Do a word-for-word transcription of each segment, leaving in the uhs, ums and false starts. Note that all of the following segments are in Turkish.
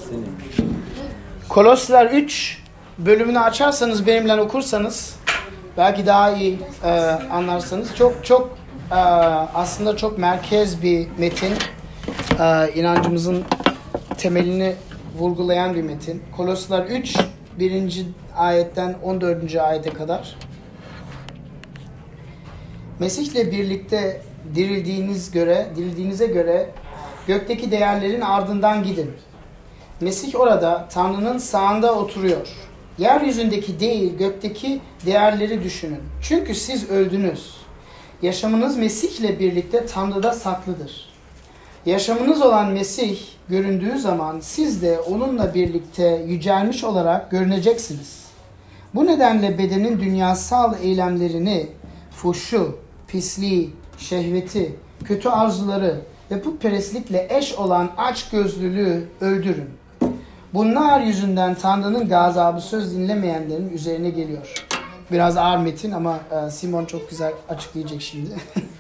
Koloslar üç bölümünü açarsanız, benimle okursanız belki daha iyi e, anlarsanız. Çok çok e, aslında çok merkez bir metin. E, inancımızın temelini vurgulayan bir metin. Koloslar üç birinci ayetten on dördüncü ayete kadar. Mesih'le birlikte dirildiğiniz göre, dirildiğinize göre gökteki değerlerin ardından gidin. Mesih orada Tanrı'nın sağında oturuyor. Yeryüzündeki değil, gökteki değerleri düşünün. Çünkü siz öldünüz. Yaşamınız Mesih'le birlikte Tanrı'da saklıdır. Yaşamınız olan Mesih göründüğü zaman siz de onunla birlikte yücelmiş olarak görüneceksiniz. Bu nedenle bedenin dünyasal eylemlerini, fuhşu, pisliği, şehveti, kötü arzuları ve putperestlikle eş olan açgözlülüğü öldürün. Bunlar yüzünden Tanrı'nın gazabı söz dinlemeyenlerin üzerine geliyor. Biraz ağır metin ama Simon çok güzel açıklayacak şimdi.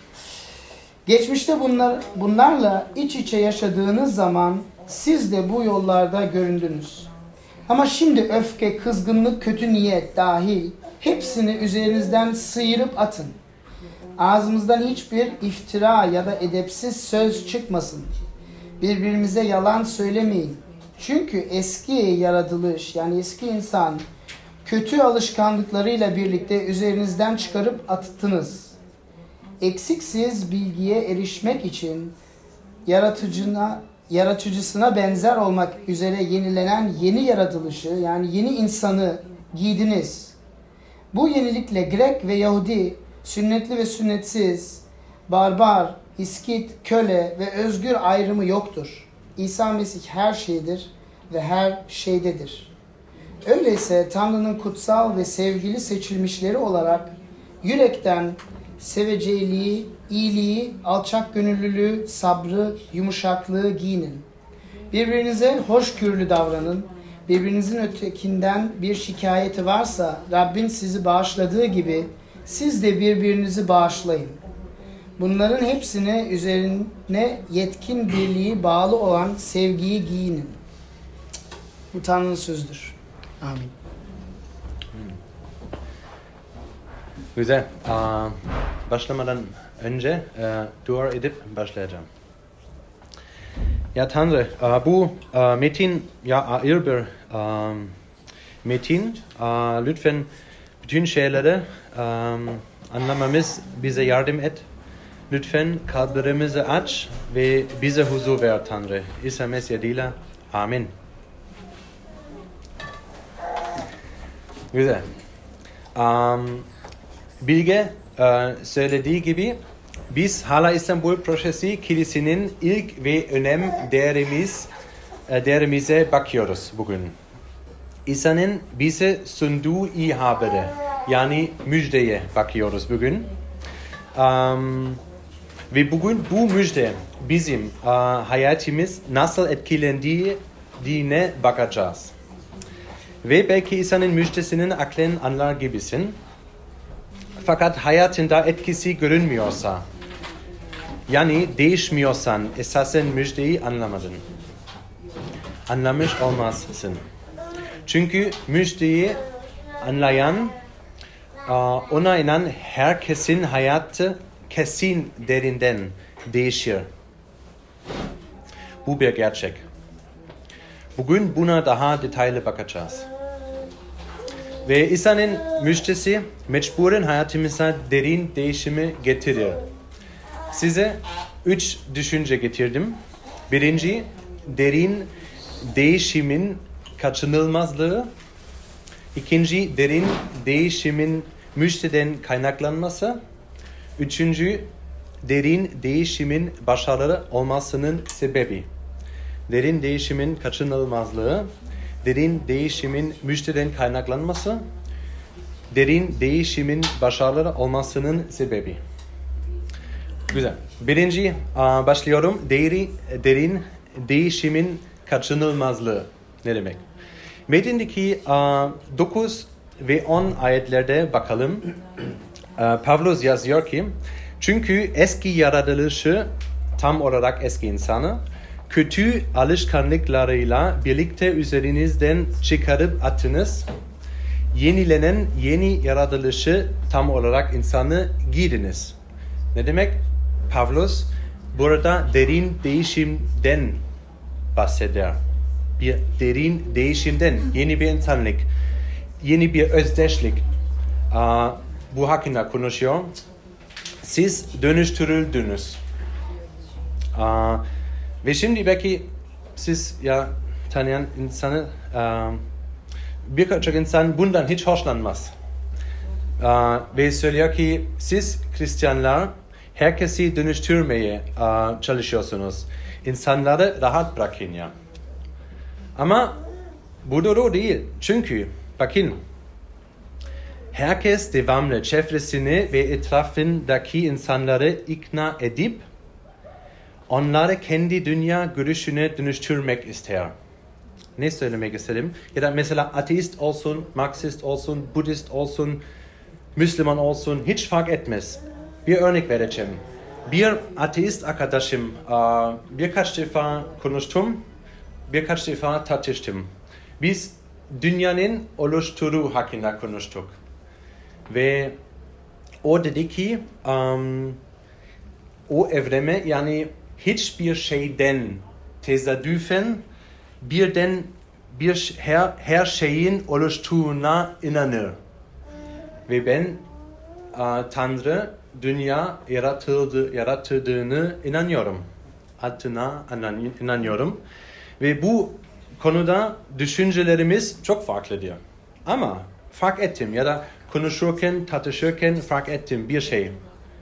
Geçmişte bunlar, bunlarla iç içe yaşadığınız zaman siz de bu yollarda göründünüz. Ama şimdi öfke, kızgınlık, kötü niyet dahil hepsini üzerinizden sıyırıp atın. Ağzımızdan hiçbir iftira ya da edepsiz söz çıkmasın. Birbirimize yalan söylemeyin. Çünkü eski yaratılış, yani eski insan kötü alışkanlıklarıyla birlikte üzerinizden çıkarıp attınız. Eksiksiz bilgiye erişmek için yaratıcına, yaratıcısına benzer olmak üzere yenilenen yeni yaratılışı, yani yeni insanı giydiniz. Bu yenilikle Grek ve Yahudi, sünnetli ve sünnetsiz, barbar, İskit, köle ve özgür ayrımı yoktur. İsa Mesih her şeydir ve her şeydedir. Öyleyse Tanrı'nın kutsal ve sevgili seçilmişleri olarak yürekten seveceliği, iyiliği, alçakgönüllülüğü, sabrı, yumuşaklığı giyinin. Birbirinize hoşgörülü davranın. Birbirinizin ötekinden bir şikayeti varsa Rabbin sizi bağışladığı gibi siz de birbirinizi bağışlayın. Bunların hepsine üzerine yetkin birliği bağlı olan sevgiyi giyinin. Bu Tanrı'nın sözüdür. Amin. Güzel. Aa, başlamadan önce e, dua edip başlayacağım. Ya Tanrı, e, bu e, metin ya ağır bir e, metin. E, lütfen bütün şeyleri e, anlamamız bize yardım et. Lütfen kalplerimizi aç ve bize huzur ver Tanrı. İsa Mesih adıyla. Amin. Güzel. Um, Bilge e, söylediği gibi biz Hala İstanbul Projesi Kilisesi'nin ilk ve önem değerimiz, e, değerimize bakıyoruz bugün. İsa'nın bize sunduğu iyi haberi, yani müjdeye bakıyoruz bugün. Um, ve bugün bu müjde bizim uh, hayatımız nasıl etkilendiğine bakacağız. Ve belki İsa'nın müjdesinin aklın anlar gibisin. Fakat hayatında etkisi görünmüyorsa, yani değişmiyorsan esasen müjdeyi anlamadın. Anlamış olmazsın. Çünkü müjdeyi anlayan, ona inan herkesin hayatı kesin derinden değişir. Bu bir gerçek. Bugün buna daha detaylı bakacağız. Ve İsa'nın müjdesi mecburen hayatımıza derin değişimi getirir. Size üç düşünce getirdim. Birinci, derin değişimin kaçınılmazlığı. İkinci, derin değişimin müjdeden kaynaklanması. Üçüncü, derin değişimin başarılı olmasının sebebi. Derin değişimin kaçınılmazlığı, derin değişimin müjdeden kaynaklanması, derin değişimin başarılı olmasının sebebi. Güzel. Birinci başlıyorum. Deri, derin değişimin kaçınılmazlığı. Ne demek? Metindeki dokuz ve on ayetlerde bakalım. Pavlos yazıyor ki, çünkü eski yaratılışı tam olarak eski insanı kötü alışkanlıklarıyla birlikte üzerinizden çıkarıp attınız. Yenilenen yeni yaratılışı tam olarak insanı giydiniz. Ne demek? Pavlos burada derin değişimden bahseder. Bir derin değişimden, yeni bir insanlık, yeni bir özdeşlik. Uh, bu hakkında konuşuyor. Siz dönüştürüldünüz. Uh, ve şimdi belki siz ya tanıyan insanı uh, birkaç insan bundan hiç hoşlanmaz. Uh, ve söylüyor ki siz Hristiyanlar herkesi dönüştürmeye uh, çalışıyorsunuz. İnsanları rahat bırakın ya. Ama bu doğru değil. Çünkü bakın herkes devamlı çevresini ve etrafındaki insanları ikna edip onları kendi dünya görüşüne dönüştürmek ister. Ne söylemek istedim? Ya da mesela ateist olsun, Marksist olsun, Budist olsun, Müslüman olsun hiç fark etmez. Bir örnek vereceğim. Bir ateist arkadaşım birkaç defa konuştum, birkaç defa tartıştım. Biz dünyanın oluşturuğu hakkında konuştuk. Ve o dedi ki um, o evreme yani hiçbir şeyden tesadüfen birden bir her, her şeyin oluştuğuna inanır. Ve ben uh, Tanrı dünya yaratıldı, yarattığını inanıyorum. Adına inanıyorum. Ve bu konuda düşüncelerimiz çok farklıdır. Ama fark ettim ya da konuşurken, tartışırken fark ettim bir şey.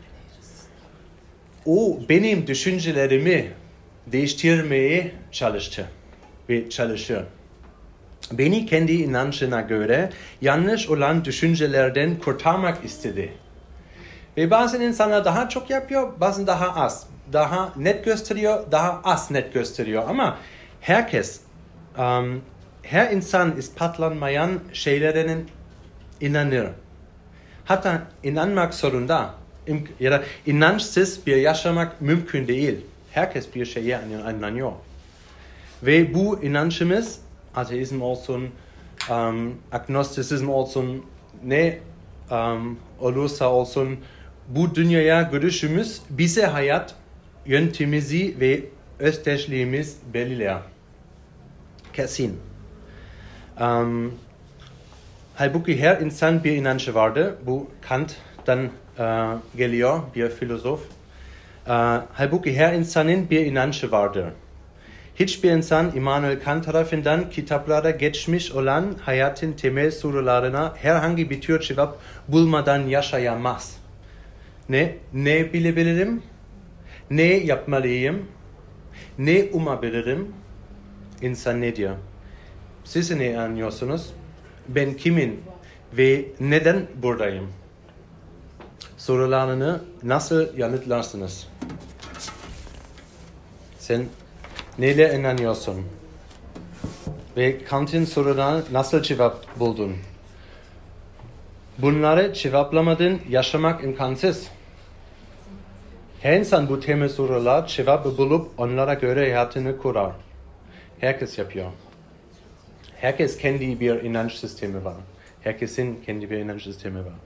O benim düşüncelerimi değiştirmeye çalıştı ve çalışıyor. Beni kendi inancına göre yanlış olan düşüncelerden kurtarmak istedi. Ve bazı insanlar daha çok yapıyor, bazı daha az. Daha net gösteriyor, daha az net gösteriyor. Ama herkes, um, her insan ispatlanmayan şeylerin inanır. Hatta inanmak zorunda. Ya da inançsız bir yaşamak mümkün değil. Herkes bir şeye inanıyor. Ve bu inancımız, ateizm olsun, um, agnostisizm olsun, ne um, olursa olsun, bu dünyaya görüşümüz bize hayat yöntemimizi ve özdeşliğimiz belirler. Kesin. Um, halbuki her insan bir inancı vardır. Bu Kant'tan uh, geliyor, bir filozof. Uh, halbuki her insanın bir inancı vardır. Hiçbir insan Immanuel Kant tarafından kitaplara geçmiş olan hayatın temel sorularına herhangi bir tür cevap bulmadan yaşayamaz. Ne, ne bilebilirim? Ne yapmalıyım? Ne umabilirim? İnsan ne diyor? Siz ne anlıyorsunuz? Ben kimin ve neden buradayım? Sorularını nasıl yanıtlarsınız? Sen neyle inanıyorsun? Ve Kant'ın sorularına nasıl cevap buldun? Bunları cevaplamadan yaşamak imkansız. Her insan bu temel sorular cevabı bulup onlara göre hayatını kurar. Herkes yapıyor. Herkes kendi bir inanç sistemi var. Herkesin kendi bir inanç sistemi var.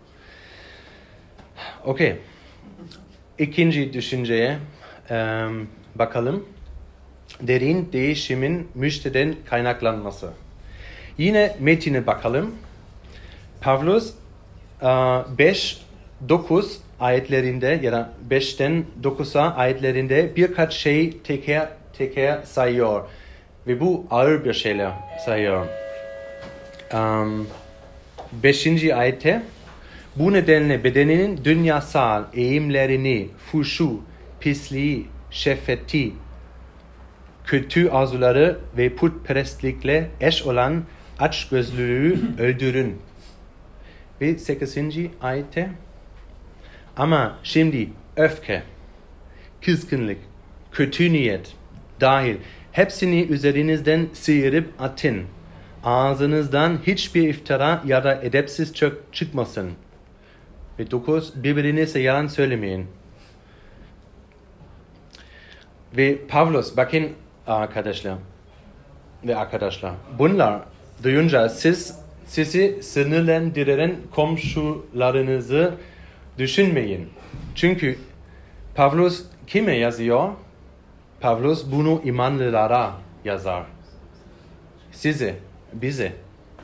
Okey. İkinci düşünceye um, bakalım. Derin değişimin müşteriden kaynaklanması. Yine metine bakalım. Pavlos beş dokuz ayetlerinde ya da beşten dokuza ayetlerinde birkaç şey teker teker sayıyor. Ve bu ağır bir şeyler sayıyor. Um, beşinci ayette bu nedenle bedeninin dünyasal eğimlerini, fuşu, pisliği, şehveti, kötü arzuları ve putperestlikle eş olan açgözlülüğü öldürün. Ve sekizinci ayette ama şimdi öfke, kızgınlık, kötü niyet dahil hepsini üzerinizden sıyırıp atın. Ağzınızdan hiçbir iftira ya da edepsiz çıkmasın. Ve dokuz, birbirinize yalan söylemeyin. Ve Pavlos, bakın arkadaşlar ve arkadaşlar, bunlar duyunca siz sizi sinirlendiren komşularınızı düşünmeyin. Çünkü Pavlus kime yazıyor? Pavlus bunu imanlılara yazar. Size, bize.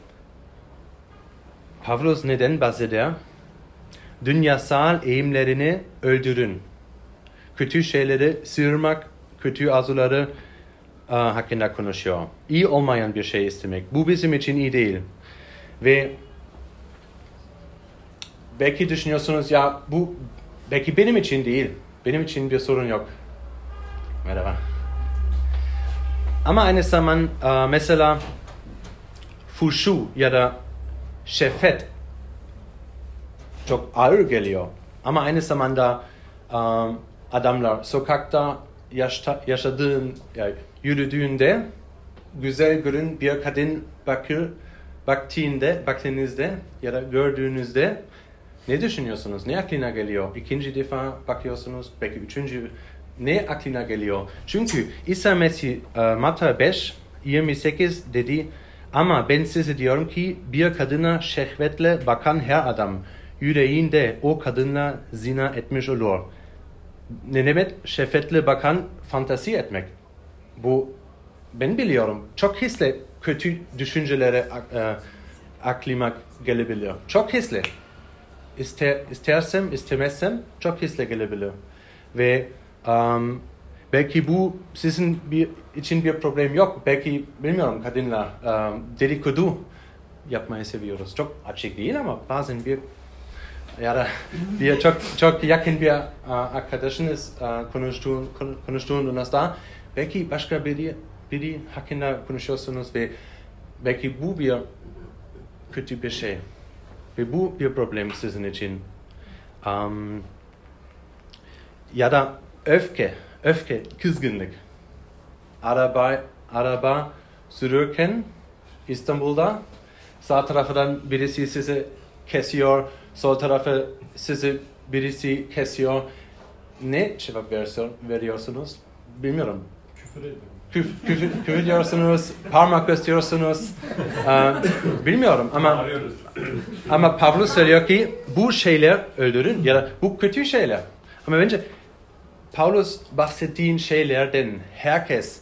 Pavlus neden bahseder? Dünyasal eğilimlerini öldürün. Kötü şeyleri sıyırmak, kötü arzuları uh, hakkında konuşuyor. İyi olmayan bir şey istemek. Bu bizim için iyi değil. Ve belki düşünüyorsunuz, ya bu belki benim için değil. Benim için bir sorun yok. Merhaba. Ama aynı zaman uh, mesela fuşu ya da şehvet çok ağır geliyor. Ama aynı zamanda um, adamlar sokakta yaşta, yaşadığın, ya, yürüdüğünde güzel görün bir kadın bakır, baktığında, baktığınızda ya da gördüğünüzde ne düşünüyorsunuz? Ne aklına geliyor? İkinci defa bakıyorsunuz, belki üçüncü. Ne aklına geliyor? Çünkü İsa Mesih uh, Matta beş yirmi sekiz dedi, ama ben size diyorum ki bir kadına şehvetle bakan her adam yüreğinde o kadınla zina etmiş olur. Ne demek şehvetle bakan? Fantezi etmek. Bu ben biliyorum. Çok hızlı kötü düşüncelere uh, aklıma gelebilir. Çok hızlı. İster, istersem, istemezsem çok hızlı gelebilir. Ve um, belki bu sizin bir, için bir problem yok. Belki bilmiyorum, kadınlar um, dedikodu yapmayı seviyoruz. Çok açık değil ama bazen bir ya da bir çok çok yakın bir uh, arkadaşınız uh, konuştuğun, konuştuğunuzda belki başka biri, biri hakkında konuşuyorsunuz ve belki bu bir kötü bir şey. Ve bu bir problem sizin için. Um, ya da öfke, öfke, kızgınlık. Araba, araba sürürken İstanbul'da sağ tarafından birisi sizi kesiyor, sol tarafı sizi birisi kesiyor. Ne cevap veriyorsunuz? Bilmiyorum. Küfür ediyorum. Küf, küfür, küfür ediyorsunuz, parmak gösteriyorsunuz. Ee, bilmiyorum ama ama Pavlus söylüyor ki bu şeyler öldürün ya da bu kötü şeyler. Ama bence Pavlus bahsettiğin şeylerden herkes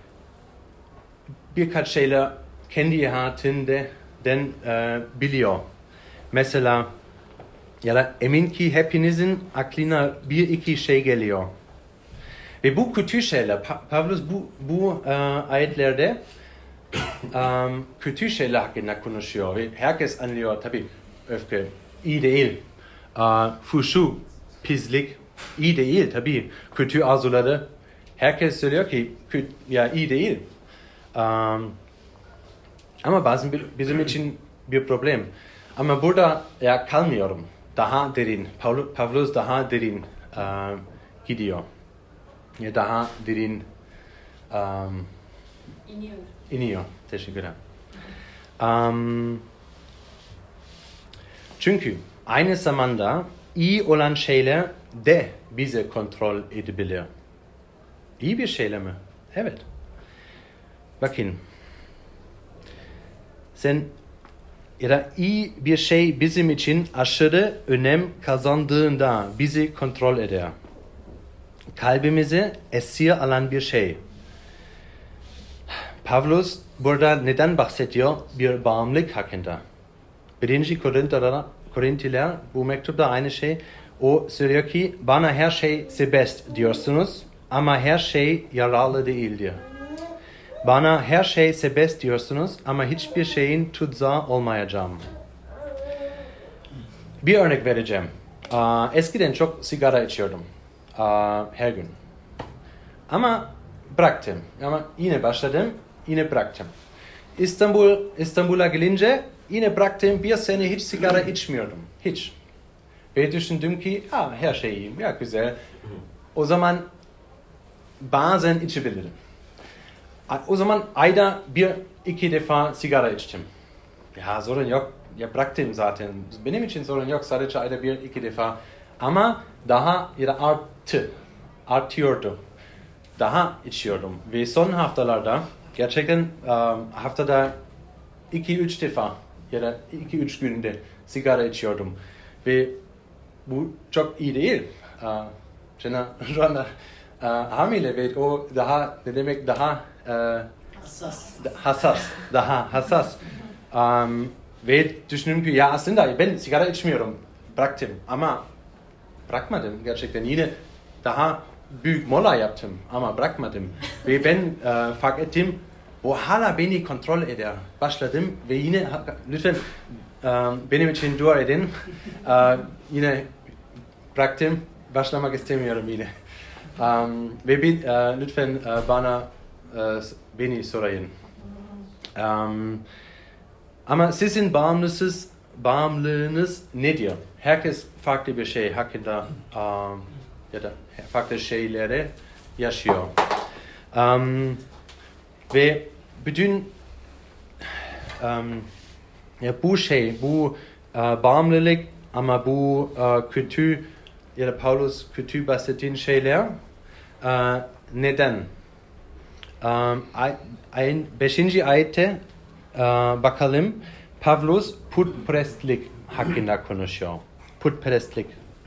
birkaç şeyler kendi hayatından e, biliyor. Mesela ya da emin ki hepinizin aklına bir iki şey geliyor. Ve bu kötü şeyler, Pavlus bu, bu e, ayetlerde um, kötü şeyler hakkında konuşuyor. Ve herkes anlıyor tabii, öfke iyi değil. Uh, fuşu, pislik iyi değil tabii. Kötü arzuları herkes söylüyor ki kötü, ya iyi değil. Um, ama bazen bizim için bir problem. Ama burada ya kalmıyorum. Daha derin. Pavlus daha derin uh, gidiyor. Ya daha derin um, iniyor. iniyor. Teşekkürler. Um, çünkü aynı zamanda iyi olan şeyler de bize kontrol edebilir. İyi bir şeyler mi? Evet. Bakın. Sen ya da iyi bir şey bizim için aşırı önem kazandığında bizi kontrol eder. Kalbimizi esir alan bir şey. Pavlus burada neden bahsediyor? Bir bağımlılık hakkında. Birinci Korintliler bu mektupta aynı şey. O söylüyor ki bana her şey serbest diyorsunuz ama her şey yararlı değildir. Bana her şey serbest diyorsunuz ama hiçbir şeyin tutsağı olmayacağım. Bir örnek vereceğim. Eskiden çok sigara içiyordum. Her gün. Ama bıraktım. Ama yine başladım, yine bıraktım. İstanbul, İstanbul'a gelince yine bıraktım. Bir sene hiç sigara içmiyordum. Hiç. Ve düşündüm ki ah, her şey iyi, ya güzel. O zaman bazen içebilirim. O zaman ayda bir iki defa sigara içtim. Ya sorun yok. Ya bıraktım zaten. Benim için sorun yok. Sadece ayda bir iki defa. Ama daha ya da arttı. Artıyordu. daha içiyordum. Ve son haftalarda gerçekten um, haftada iki üç defa ya da iki üç günde sigara içiyordum. Ve bu çok iyi değil. Uh, Jenna şu anda uh, hamile ve o daha ne demek daha uh, Hassas. hassas, daha hassas. Um, ve düşündüm ki ya aslında ben sigara içmiyorum, bıraktım ama bırakmadım gerçekten yine daha büyük mola yaptım ama bırakmadım. Ve ben uh, fark ettim o hala beni kontrol eder. Başladım ve yine lütfen um, benim için dua edin. Uh, yine bıraktım, başlamak istemiyorum yine. Um, ve bir, uh, lütfen uh, bana uh, beni sorayın. Um, ama sizin bağımlısız, bağımlılığınız nedir? Herkes farklı bir şey hakkında um, ya da farklı şeylere yaşıyor. Um, ve bütün um, ya bu şey, bu uh, bağımlılık ama bu uh, kötü ya da Paulus kötü bahsettiğin şeyler uh, neden? Um, ay, beşinci ayette uh, bakalım Paulus putperestlik hakkında konuşuyor. Putperestlik.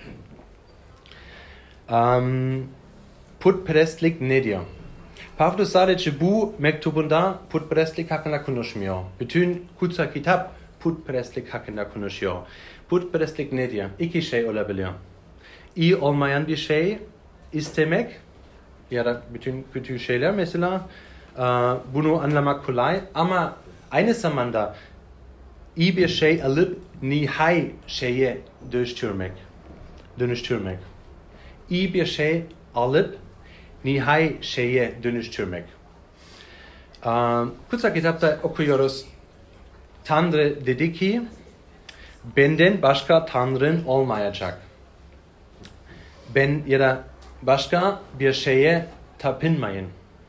Um, putperestlik nedir? Paulus sadece bu mektubunda putperestlik hakkında konuşmuyor. Bütün kutsal kitap putperestlik hakkında konuşuyor. Putperestlik nedir? İki şey olabilir. İyi olmayan bir şey istemek ya da bütün kötü şeyler mesela uh, bunu anlamak kolay ama aynı zamanda iyi bir şey alıp nihai şeye dönüştürmek. Dönüştürmek. İyi bir şey alıp nihai şeye dönüştürmek. Uh, kutsal kitapta okuyoruz. Tanrı dedi ki benden başka tanrın olmayacak. Ben ya da başka bir şeye tapınmayın.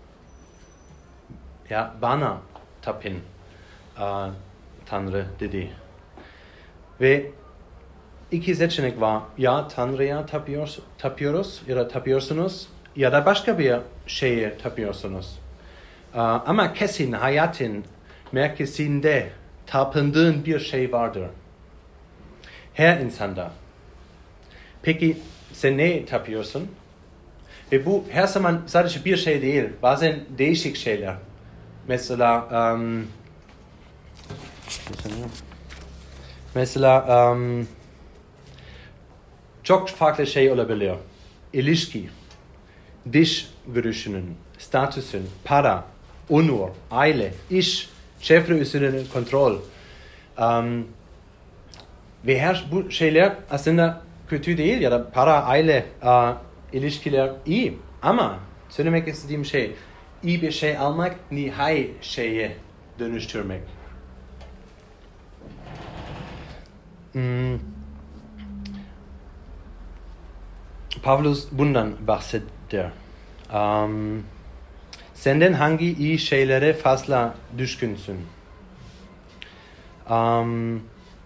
Ya bana tapın. Uh, Tanrı dedi. Ve iki seçenek var. Ya Tanrı'ya tapıyoruz, tapıyoruz ya da tapıyorsunuz ya da başka bir şeye tapıyorsunuz. Uh, ama kesin hayatın merkezinde tapındığın bir şey vardır. Her insanda. Peki sen ne tapıyorsun? Ve bu her zaman sadece bir şey değil. Bazen değişik şeyler. Mesela um, mesela um, çok farklı şey olabilir. İlişki, dış görüşünün, statüsün, para, onur, aile, iş, şefre üzerine kontrol. Um, ve her bu şeyler aslında kötü değil ya da para, aile, uh, ilişkiler iyi. Ama söylemek istediğim şey, iyi bir şey almak, nihai şeye dönüştürmek. Hmm. Paulus bundan bahseder. Um, senden hangi iyi şeylere fazla düşkünsün? Um,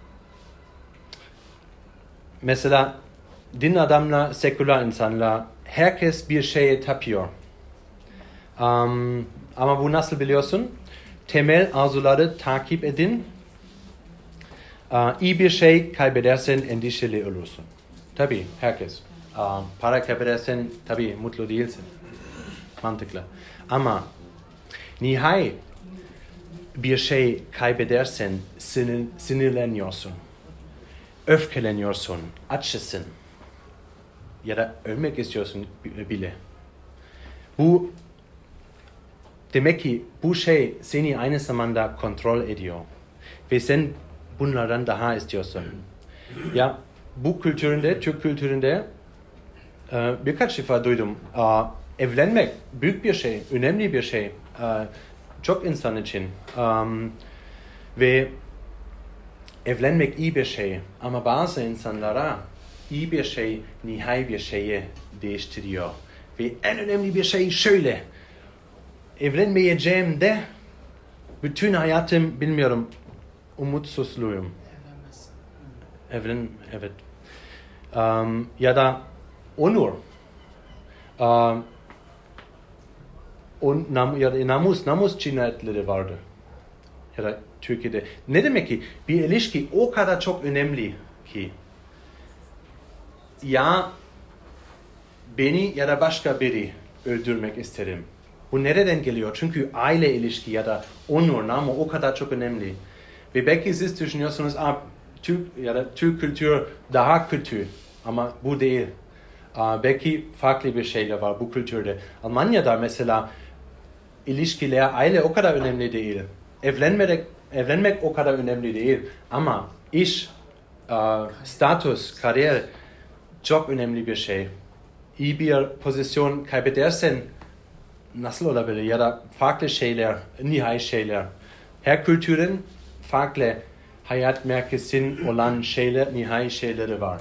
mesela din adamlar, seküler insanlar herkes bir şeye tapıyor. Um, ama bu nasıl biliyorsun? Temel arzuları takip edin. Uh, iyi bir şey kaybedersen endişeli olursun. Tabii herkes. Uh, para kaybedersen tabii mutlu değilsin. Mantıklı. Ama nihai bir şey kaybedersen sinir, sinirleniyorsun. Öfkeleniyorsun. Açısın. Ya da ölmek istiyorsun bile. Bu demek ki bu şey seni aynı zamanda kontrol ediyor. Ve sen bunlardan daha istiyorsun. Ya bu kültüründe, Türk kültüründe e, birkaç defa duydum. E, evlenmek büyük bir şey, önemli bir şey. E, çok insan için. Um, ve evlenmek iyi bir şey. Ama bazı insanlara iyi bir şey, nihai bir şeye değiştiriyor. Ve en önemli bir şey şöyle. Evlenmeyeceğim de bütün hayatım bilmiyorum umutsuzluğum. Evlen, evet. Um, ya da onur. Um, on, nam, ya da namus, namus cinayetleri vardı. Ya da Türkiye'de. Ne demek ki? Bir ilişki o kadar çok önemli ki. Ya beni ya da başka biri öldürmek isterim. Bu nereden geliyor? Çünkü aile ilişki ya da onur, namı o kadar çok önemli. Ve belki siz düşünüyorsunuz, ah, Türk ya da Türk kültür daha kötü. Ama bu değil. Ah, belki farklı bir şeyler var bu kültürde. Almanya'da mesela ilişkiler, aile o kadar önemli değil. Evlenmek, evlenmek o kadar önemli değil. Ama iş, uh, status, kariyer çok önemli bir şey. İyi bir pozisyon kaybedersen nasıl olabilir? Ya da farklı şeyler, nihai şeyler. Her kültürün farklı hayat merkezin olan şeyler, nihai şeyleri var.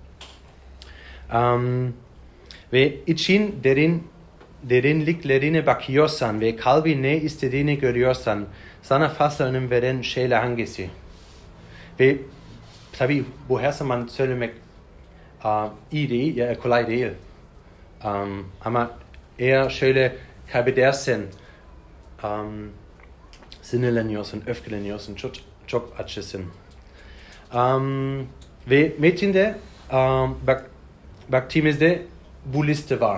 Um, ve için derin derinliklerine bakıyorsan ve kalbi ne istediğini görüyorsan sana fazla önem veren şeyler hangisi? Ve tabii bu her zaman söylemek uh, iyi değil, ya kolay değil. Um, ama eğer şöyle kaybedersen um, sinirleniyorsun, öfkeleniyorsun, çok, çok açısın. Um, ve metinde um, bak, baktığımızda bu liste var.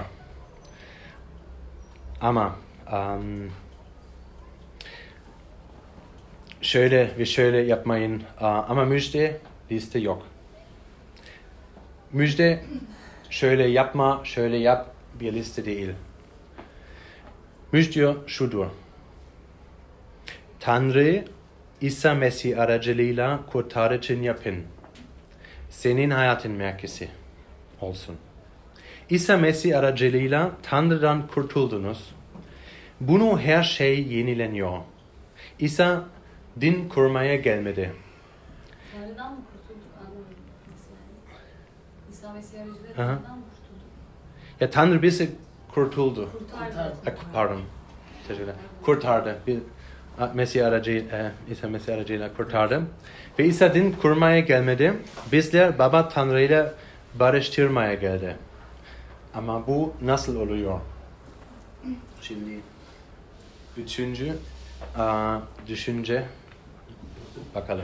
Ama um, şöyle ve şöyle yapmayın. Uh, ama müjde liste yok. Müjde şöyle yapma, şöyle yap bir liste değil. Müjde şudur. Tanrı İsa Mesih aracılığıyla kurtarıcın yapın. Senin hayatın merkezi olsun. İsa Mesih aracılığıyla Tanrı'dan kurtuldunuz. Bunu her şey yenileniyor. İsa din kurmaya gelmedi. Tanrı'dan mı kurtulduk? Anlamadım. İsa Mesih aracılığıyla Tanrı'dan mı kurtulduk? Ya Tanrı bizi kurtuldu. Kurtardı. Pardon. Teşekkürler. Kurtardı. Mesih aracıyla, İsa Mesih aracıyla kurtardı. Ve İsa din kurmaya gelmedi. Bizler Baba Tanrı'yla barıştırmaya geldi. Ama bu nasıl oluyor? Şimdi üçüncü uh, düşünce bakalım.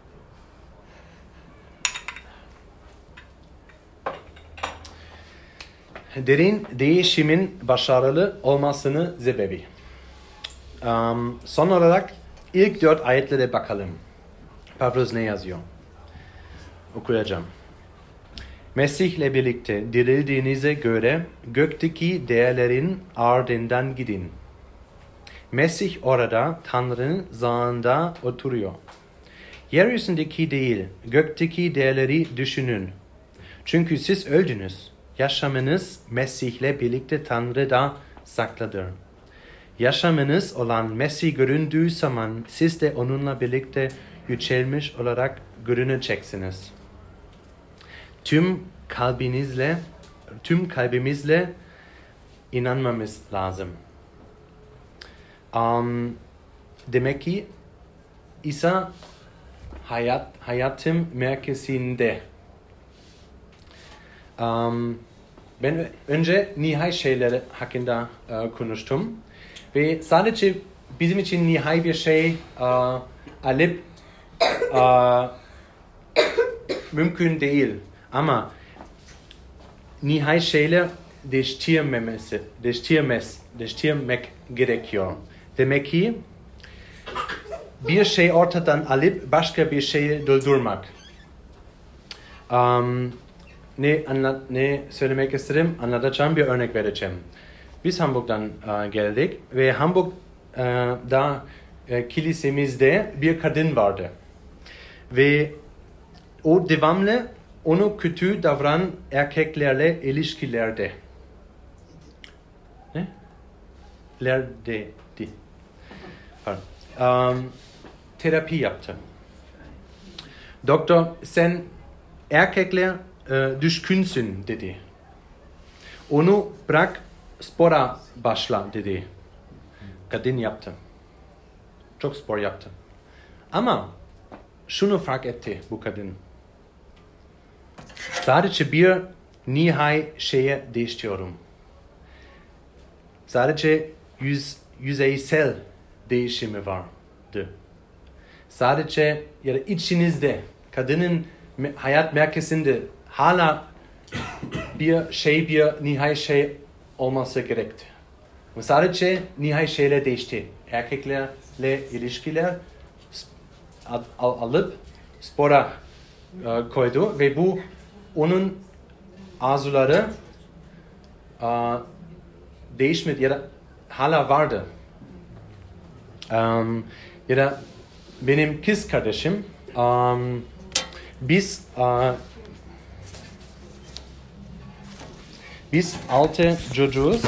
Derin değişimin başarılı olmasının sebebi. Um, son olarak ilk dört ayetlere bakalım. Pavlus ne yazıyor? Okuyacağım. Mesih'le birlikte dirildiğinize göre gökteki değerlerin ardından gidin. Mesih orada Tanrı'nın sağında oturuyor. Yeryüzündeki değil, gökteki değerleri düşünün. Çünkü siz öldünüz. Yaşamınız Mesih'le birlikte Tanrı'da saklıdır. Yaşamınız olan Mesih göründüğü zaman siz de onunla birlikte yükselmiş olarak görüneceksiniz. Tüm kalbinizle, tüm kalbimizle inanmamız lazım. Um, demek ki İsa hayat, hayatım merkezinde. Um, ben önce nihai şeyler hakkında uh, konuştum. Ve sadece bizim için nihai bir şey uh, alıp uh, mümkün değil. Ama nihai şeyler değiştirmemesi, değiştirmez, değiştirmek gerekiyor. Demek ki bir şey ortadan alıp başka bir şeyi doldurmak. Um, ne, anlat, ne söylemek istedim? Anlatacağım, bir örnek vereceğim. Biz Hamburg'dan uh, geldik ve Hamburg'da uh, kilisemizde bir kadın vardı. Ve o devamlı onu kötü davranan erkeklerle ilişkilerde. Ne? Lerde. Um, terapi yaptı. Doktor, sen erkekler uh, düşkünsün dedi. Onu bırak, spora başla dedi. Kadın yaptı. Çok spor yaptı. Ama şunu fark etti bu kadın. Sadece bir nihai şeye değiştiriyorum. Sadece yüz, yüzeysel değişimi vardı. Sadece ya da içinizde, kadının hayat merkezinde hala bir şey, bir nihai şey olması gerekti. Ve sadece nihai şeyler değişti. Erkeklerle ilişkiler al, al, alıp spora e, koydu ve bu onun arzuları e, değişmedi ya da hala vardı. Um, ya da benim kız kardeşim um, biz uh, biz altı çocuğuz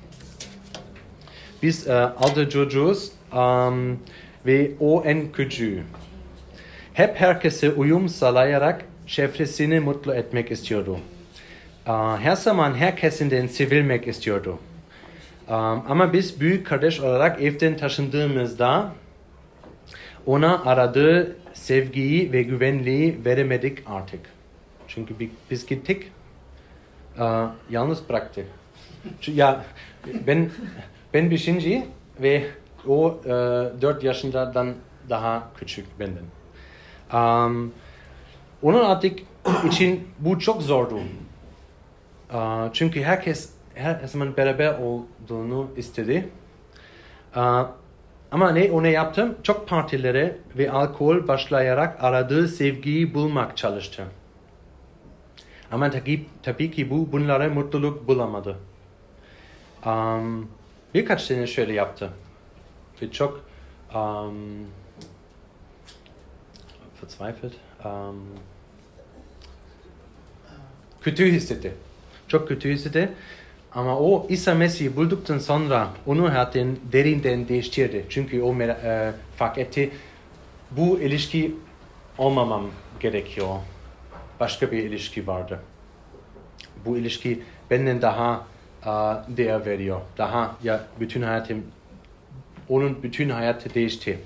biz uh, altı çocuğuz um, ve o en küçüğü. Hep herkese uyum sağlayarak çevresini mutlu etmek istiyordu. Uh, her zaman herkesinden sevilmek istiyordu. Um, ama biz büyük kardeş olarak evden taşındığımızda ona aradığı sevgiyi ve güvenliği veremedik artık. Çünkü biz gittik, uh, yalnız bıraktık. Ya ben ben beşinci ve o uh, dört yaşından daha küçük benden. Um, onun artık için bu çok zordu. Uh, çünkü herkes her zaman beraber olduğunu istedi. Uh, ama ne o ne yaptım? Çok partilere ve alkol başlayarak aradığı sevgiyi bulmak çalıştı. Ama tabii, tabii ki bu bunlara mutluluk bulamadı. Um, birkaç sene şöyle yaptı. Ve çok um, verzweifelt, um, kötü hissetti. Çok kötü hissetti. Ama o İsa Mesih'i bulduktan sonra onu hayatın derinden değiştirdi. Çünkü o e, fark etti, bu ilişki olmamam gerekiyor. Başka bir ilişki vardı. Bu ilişki benden daha uh, değer veriyor. Daha ya bütün hayatım, onun bütün hayatı değişti.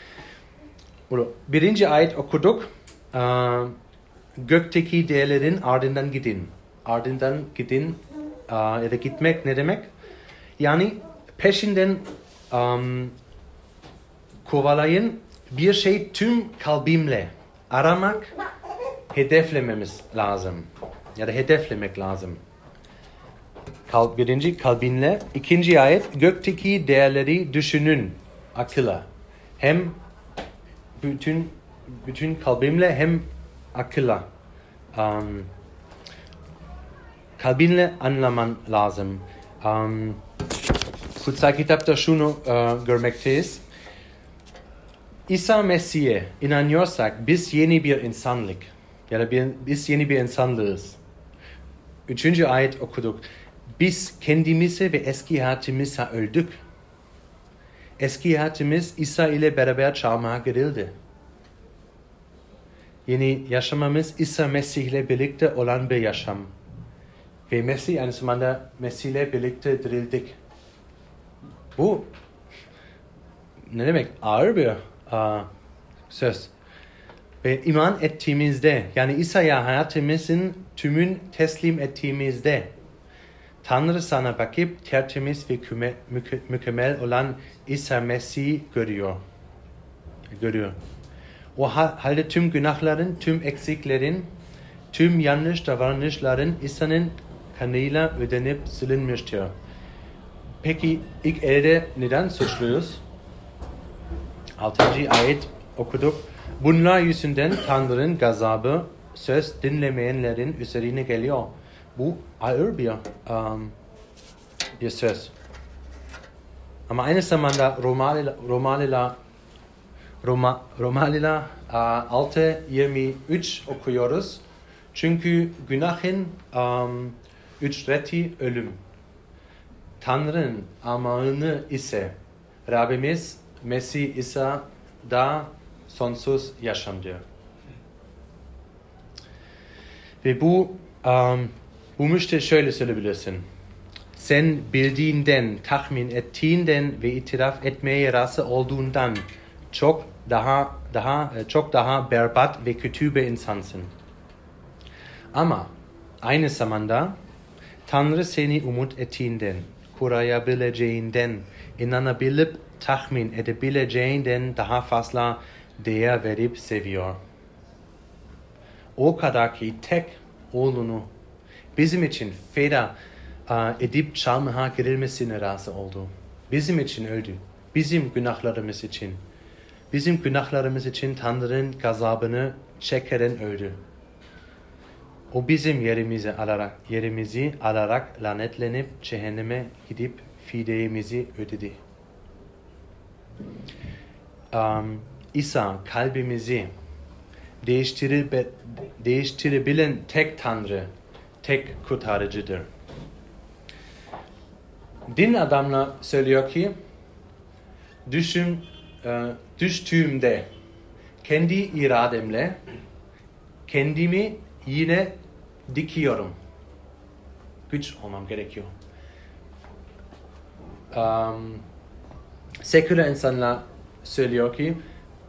Birinci ayet okuduk. Uh, gökteki değerlerin ardından gidin. Ardından gidin. Uh, ya da gitmek ne demek? Yani peşinden um, kovalayın, bir şey tüm kalbimle aramak, hedeflememiz lazım. Ya da hedeflemek lazım. Kalb, birinci kalbinle. İkinci ayet, gökteki değerleri düşünün akılla. Hem bütün bütün kalbimle hem akılla. Um, kalbinle anlaman lazım. Um, kutsal kitapta şunu uh, görmekteyiz. İsa Mesih'e inanıyorsak biz yeni bir insanlık. Ya da biz yeni bir insanlığız. Üçüncü ayet okuduk. Biz kendimize ve eski hayatımıza öldük. Eski hayatımız İsa ile beraber çarmıha gerildi. Yeni yaşamamız İsa Mesih ile birlikte olan bir yaşam. Ve Mesih aynı zamanda Mesih ile birlikte dirildik. Bu ne demek? Ağır bir uh, söz. Ve iman ettiğimizde, yani İsa'ya hayatımızın tümün teslim ettiğimizde, Tanrı sana bakıp tertemiz ve küme, müke, mükemmel olan İsa Mesih'i görüyor. Görüyor. O halde tüm günahların, tüm eksiklerin, tüm yanlış davranışların İsa'nın kanıyla ödenip silinmiştir. Peki ilk elde neden suçluyuz? Altıncı ayet okuduk. Bunlar yüzünden Tanrı'nın gazabı söz dinlemeyenlerin üzerine geliyor. Bu ağır bir, um, bir söz. Ama aynı zamanda Romalılar Romalılar Roma, Romalılar uh, altı yirmi üç okuyoruz. Çünkü günahın um, ücreti ölüm. Tanrı'nın armağanı ise Rabbimiz Mesih İsa'da sonsuz yaşamdır. Ve bu um, bu müjde şöyle söyleyebilirsin. Sen bildiğinden, tahmin ettiğinden ve itiraf etmeye razı olduğundan çok daha daha çok daha berbat ve kötü bir insansın. Ama aynı zamanda Tanrı seni umut ettiğinden, kurayabileceğinden, inanabilip tahmin edebileceğinden daha fazla değer verip seviyor. O kadar ki tek oğlunu bizim için feda edip çarmıha gerilmesine razı oldu. Bizim için öldü. Bizim günahlarımız için. Bizim günahlarımız için Tanrı'nın gazabını çekeren öldü. O bizim yerimizi alarak, yerimizi alarak lanetlenip cehenneme gidip fidyemizi ödedi. Um, İsa kalbimizi değiştirip, değiştirebilen tek Tanrı, tek kurtarıcıdır. Din adamlar söylüyor ki, düşün, e, düştüğümde kendi irademle kendimi yine dikiyorum. Güç olmam gerekiyor. Um, seküler insanlar söylüyor ki,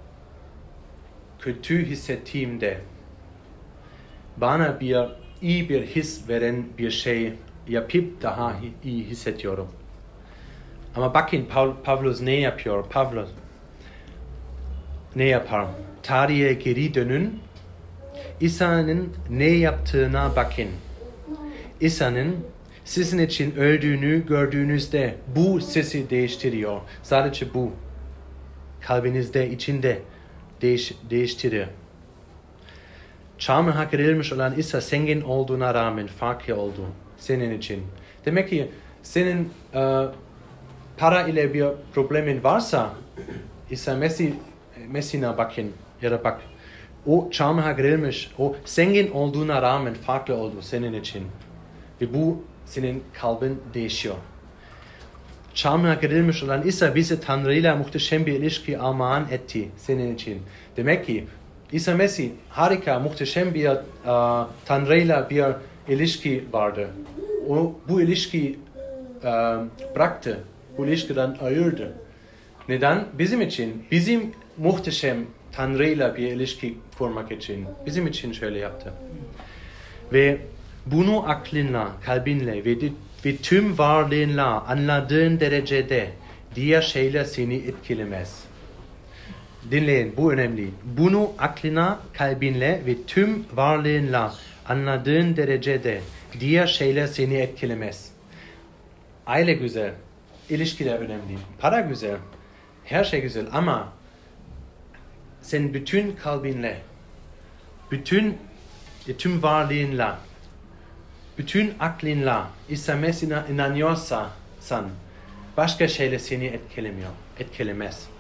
kötü hissettiğimde bana bir iyi bir his veren bir şey yapıp daha iyi hissediyorum. Ama bakın Pavlos ne yapıyor? Pavlos ne yapar? Tarihe geri dönün. İsa'nın ne yaptığına bakın. İsa'nın sizin için öldüğünü gördüğünüzde bu sizi değiştiriyor. Sadece bu. Kalbinizde, içinde değiş, değiştirir. Çarmıha gerilmiş olan İsa zengin olduğuna rağmen fakir oldu senin için. Demek ki senin e, para ile bir problemin varsa İsa Mesih, Mesih'ine bakın ya da bak. O çarmıha gerilmiş, o zengin olduğuna rağmen farklı oldu senin için. Ve bu senin kalbin değişiyor. Çarmıha gerilmiş olan İsa bize Tanrı'yla muhteşem bir ilişki armağan etti senin için. Demek ki İsa Mesih harika, muhteşem bir uh, Tanrı'yla bir ilişki vardı. O, bu ilişki uh, bıraktı, bu ilişkiden ayırdı. Neden? Bizim için, bizim muhteşem Tanrı'yla bir ilişki kurmak için, bizim için şöyle yaptı. Ve bunu aklınla, kalbinle ve, ve tüm varlığınla anladığın derecede diğer şeyler seni etkilemez. Dinleyin, bu önemli. Bunu aklına, kalbinle ve tüm varlığınla anladığın derecede diğer şeyler seni etkilemez. Aile güzel, ilişkiler önemli, para güzel, her şey güzel ama sen bütün kalbinle, bütün tüm varlığınla, bütün aklınla İsa Mesih'e inanıyorsan başka şeyler seni etkilemiyor, etkilemez.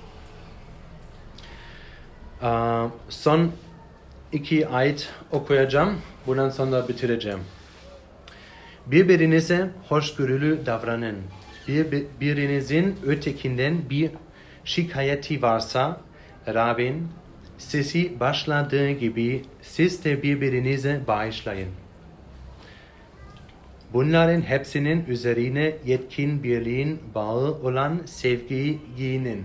Uh, son iki ayet okuyacağım, bundan sonra bitireceğim. Birbirinize hoşgörülü davranın. Birbirinizin ötekinden bir şikayeti varsa, Rabbin sizi başladığı gibi siz de birbirinize bağışlayın. Bunların hepsinin üzerine yetkin birliğin bağı olan sevgiyi giyinin.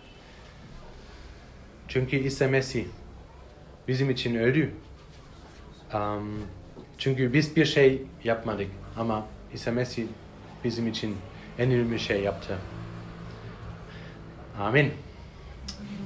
Çünkü İsa Mesih bizim için öldü. Um, çünkü biz bir şey yapmadık ama İsa Mesih bizim için en önemli şey yaptı. Amin.